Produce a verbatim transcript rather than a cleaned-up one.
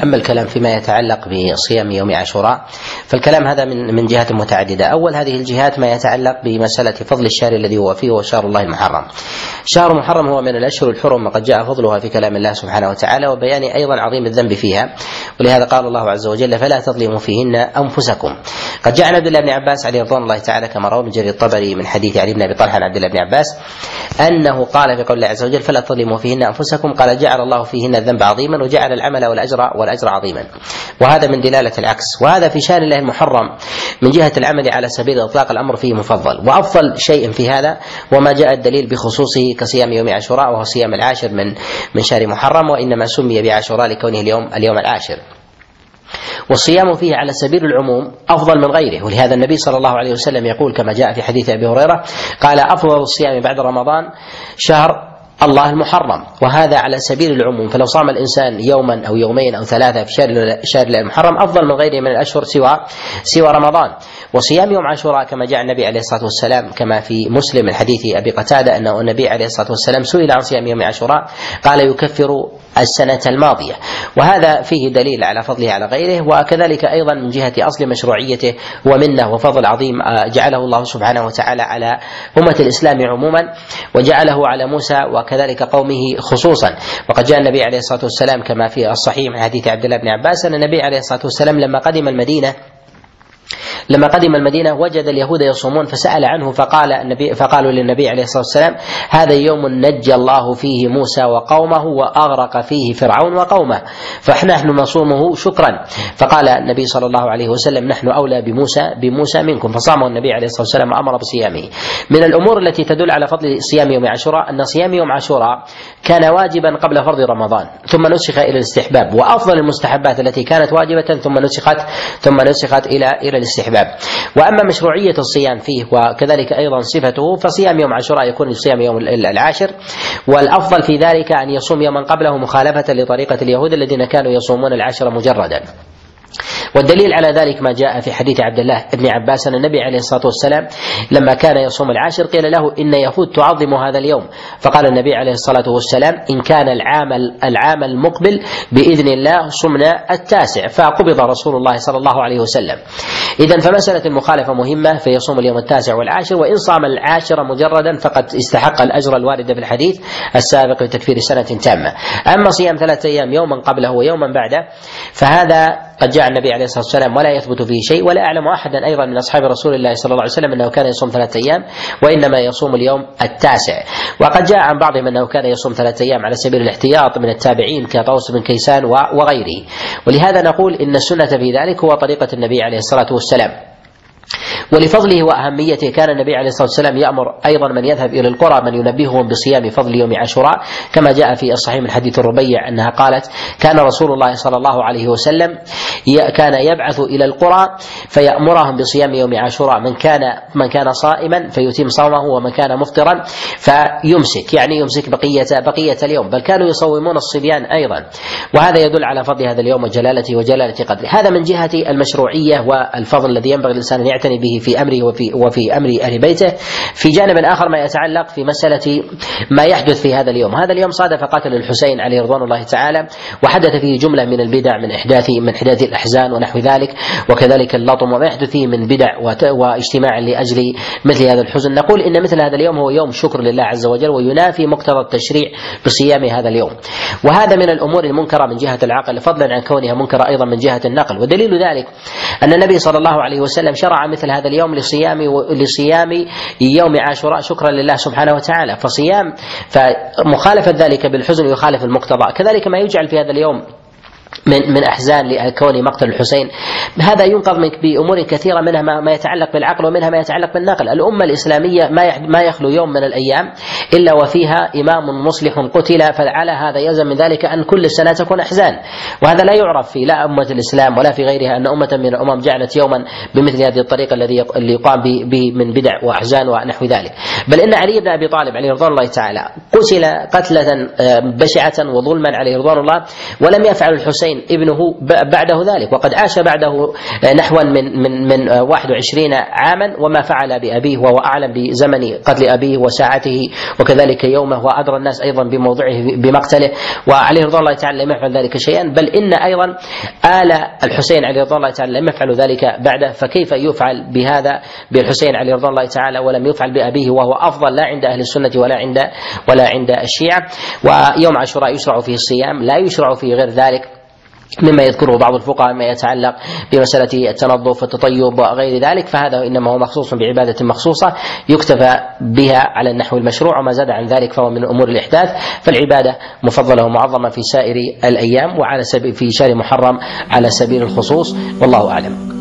أما الكلام فيما يتعلق بصيام يوم عاشوراء فالكلام هذا من من جهات متعددة. أول هذه الجهات ما يتعلق بمسألة فضل الشهر الذي هو فيه هو شهر الله المحرم. شهر محرم هو من الأشهر الحرم وقد جاء فضلها في كلام الله سبحانه وتعالى وبيان أيضا عظيم الذنب فيها، ولهذا قال الله عز وجل فلا تظلموا فيهن أنفسكم. قد جاء عن عبد الله بن عباس عليه رضوان الله تعالى كما روى ابن جرير الطبري من حديث علي بن أبي طلحة عن عبد الله بن عباس أنه قال في قول الله عز وجل فلا تظلموا فيهن أنفسكم، قال جعل الله فيهن الذنب عظيما وجعل العمل والأجر والأجر عظيما، وهذا من دلالة العكس. وهذا في شأن الله المحرم من جهة العمل على سبيل إطلاق الأمر فيه مفضل، وأفضل شيء في هذا وما جاء الدليل بخصوصه كصيام يوم عاشوراء وهو صيام العاشر من من شهر محرم، وإنما سمي بعاشوراء لكونه اليوم اليوم العاشر، والصيام فيه على سبيل العموم أفضل من غيره. ولهذا النبي صلى الله عليه وسلم يقول كما جاء في حديث أبي هريرة قال أفضل الصيام بعد رمضان شهر الله المحرم، وهذا على سبيل العموم، فلو صام الإنسان يوما أو يومين أو ثلاثة في شهر شهر المحرم أفضل من غيره من الأشهر سوى سوى رمضان. وصيام يوم عاشوراء كما جاء النبي عليه الصلاة والسلام كما في مسلم من حديث أبي قتادة أنه النبي عليه الصلاة والسلام سئل عن صيام يوم عاشوراء قال يكفر السنة الماضية، وهذا فيه دليل على فضله على غيره. وكذلك أيضا من جهة أصل مشروعيته ومنه وفضل عظيم جعله الله سبحانه وتعالى على أمة الإسلام عموما وجعله على موسى وكذلك قومه خصوصا. وقد جاء النبي عليه الصلاة والسلام كما في الصحيح من حديث عبد الله بن عباس أن النبي عليه الصلاة والسلام لما قدم المدينة لما قدم المدينة وجد اليهود يصومون فسأل عنه فقال النبي فقالوا للنبي عليه الصلاة والسلام هذا يوم نجى الله فيه موسى وقومه وأغرق فيه فرعون وقومه فنحن نصومه شكرا. فقال النبي صلى الله عليه وسلم نحن أولى بموسى بموسى منكم، فصامه النبي عليه الصلاة والسلام وأمر بصيامه. من الأمور التي تدل على فضل صيام يوم عاشوراء أن صيام يوم عاشوراء كان واجبا قبل فرض رمضان ثم نسخ إلى الاستحباب، وأفضل المستحبات التي كانت واجبة ثم نسخت ثم نسخت إلى إلى الاستحباب. وأما مشروعية الصيام فيه وكذلك أيضا صفته فصيام يوم عاشوراء يكون صيام يوم العاشر، والأفضل في ذلك أن يصوم يوما قبله مخالفة لطريقة اليهود الذين كانوا يصومون العاشر مجردا. والدليل على ذلك ما جاء في حديث عبد الله بن عباس أن النبي عليه الصلاة والسلام لما كان يصوم العاشر قيل له إن يهود تعظم هذا اليوم، فقال النبي عليه الصلاة والسلام إن كان العام العام المقبل بإذن الله صمنا التاسع، فقبض رسول الله صلى الله عليه وسلم. إذن فمسألة المخالفة مهمة، فيصوم اليوم التاسع والعاشر، وإن صام العاشر مجردا فقد استحق الأجر الوارد في الحديث السابق لتكفير سنة تامة. أما صيام ثلاثة أيام يوما قبله ويوما بعده فهذا قد جاء النبي عليه الصلاة والسلام ولا يثبت فيه شيء، ولا أعلم أحدا أيضا من أصحاب رسول الله صلى الله عليه وسلم أنه كان يصوم ثلاثة أيام وإنما يصوم اليوم التاسع. وقد جاء عن بعضهم أنه كان يصوم ثلاثة أيام على سبيل الاحتياط من التابعين كطوس بن كيسان وغيره. ولهذا نقول إن السنة في ذلك هو طريقة النبي عليه الصلاة والسلام. ولفضله وأهميته كان النبي عليه الصلاة والسلام يأمر أيضا من يذهب إلى القرى من ينبههم بصيام فضل يوم عاشوراء، كما جاء في الصحيح من حديث الربيع أنها قالت كان رسول الله صلى الله عليه وسلم كان يبعث إلى القرى فيأمرهم بصيام يوم عاشوراء، من كان من كان صائما فيتم صومه ومن كان مفطرا فيمسك، يعني يمسك بقية بقية اليوم، بل كانوا يصومون الصبيان أيضا. وهذا يدل على فضل هذا اليوم وجلالته وجلالة قدره. هذا من جهة المشروعية والفضل الذي ينبغي الإنسان أن يعتني به في أمره وفي, وفي أمر أهل بيته. في جانب آخر ما يتعلق في مسألة ما يحدث في هذا اليوم. هذا اليوم صادف قتل الحسين عليه رضوان الله تعالى، وحدث فيه جملة من البدع من إحداث من إحداث الأحزان ونحو ذلك، وكذلك اللطم وما يحدث فيه من بدع واجتماع لأجل مثل هذا الحزن. نقول إن مثل هذا اليوم هو يوم شكر لله عز وجل وينافي مقتضى التشريع بصيام هذا اليوم، وهذا من الأمور المنكرة من جهة العقل فضلا عن كونها منكرة أيضا من جهة النقل. ودليل ذلك أن النبي صلى الله عليه وسلم شرع مثل هذا اليوم لصيام لصيام يوم عاشوراء شكرا لله سبحانه وتعالى. فصيام فمخالفة ذلك بالحزن يخالف المقتضى. كذلك ما يجعل في هذا اليوم من من احزان لكون مقتل الحسين، هذا ينقض منك بامور كثيره، منها ما يتعلق بالعقل ومنها ما يتعلق بالنقل. الامه الاسلاميه ما ما يخلو يوم من الايام الا وفيها امام مصلح قتل، فعلى هذا يلزم من ذلك ان كل سنه تكون احزان، وهذا لا يعرف في لا امه الاسلام ولا في غيرها ان امه من الامم جعلت يوما بمثل هذه الطريقه الذي اللي يقام به من بدع واحزان ونحو ذلك. بل ان علي بن ابي طالب عليه رضوان الله تعالى قتل قتله بشعه وظلما عليه رضوان الله، ولم يفعل الحسين الحسين ابنه بعده ذلك، وقد عاش بعده نحوا من من من واحد وعشرين عاما وما فعل بأبيه، وهو أعلم بزمن قتل أبيه وساعته وكذلك يومه، وأدرى الناس أيضا بموضعه بمقتله، وعليه رضوان الله تعالى لم يفعل ذلك شيئا، بل إن أيضا آل الحسين عليه رضوان الله تعالى لم يفعلوا ذلك بعده، فكيف يفعل بهذا بالحسين عليه رضوان الله تعالى ولم يفعل بأبيه وهو أفضل لا عند أهل السنة ولا عند ولا عند الشيعة. ويوم عاشوراء يشرع فيه الصيام، لا يشرع فيه غير ذلك مما يذكره بعض الفقهاء ما يتعلق بمسألة التنظف والتطيب وغير ذلك، فهذا إنما هو مخصوص بعبادة مخصوصة يكتفى بها على النحو المشروع، وما زاد عن ذلك فهو من أمور الإحداث، فالعبادة مفضلة ومعظمة في سائر الأيام، وعلى سبيل في شهر محرم على سبيل الخصوص، والله أعلم.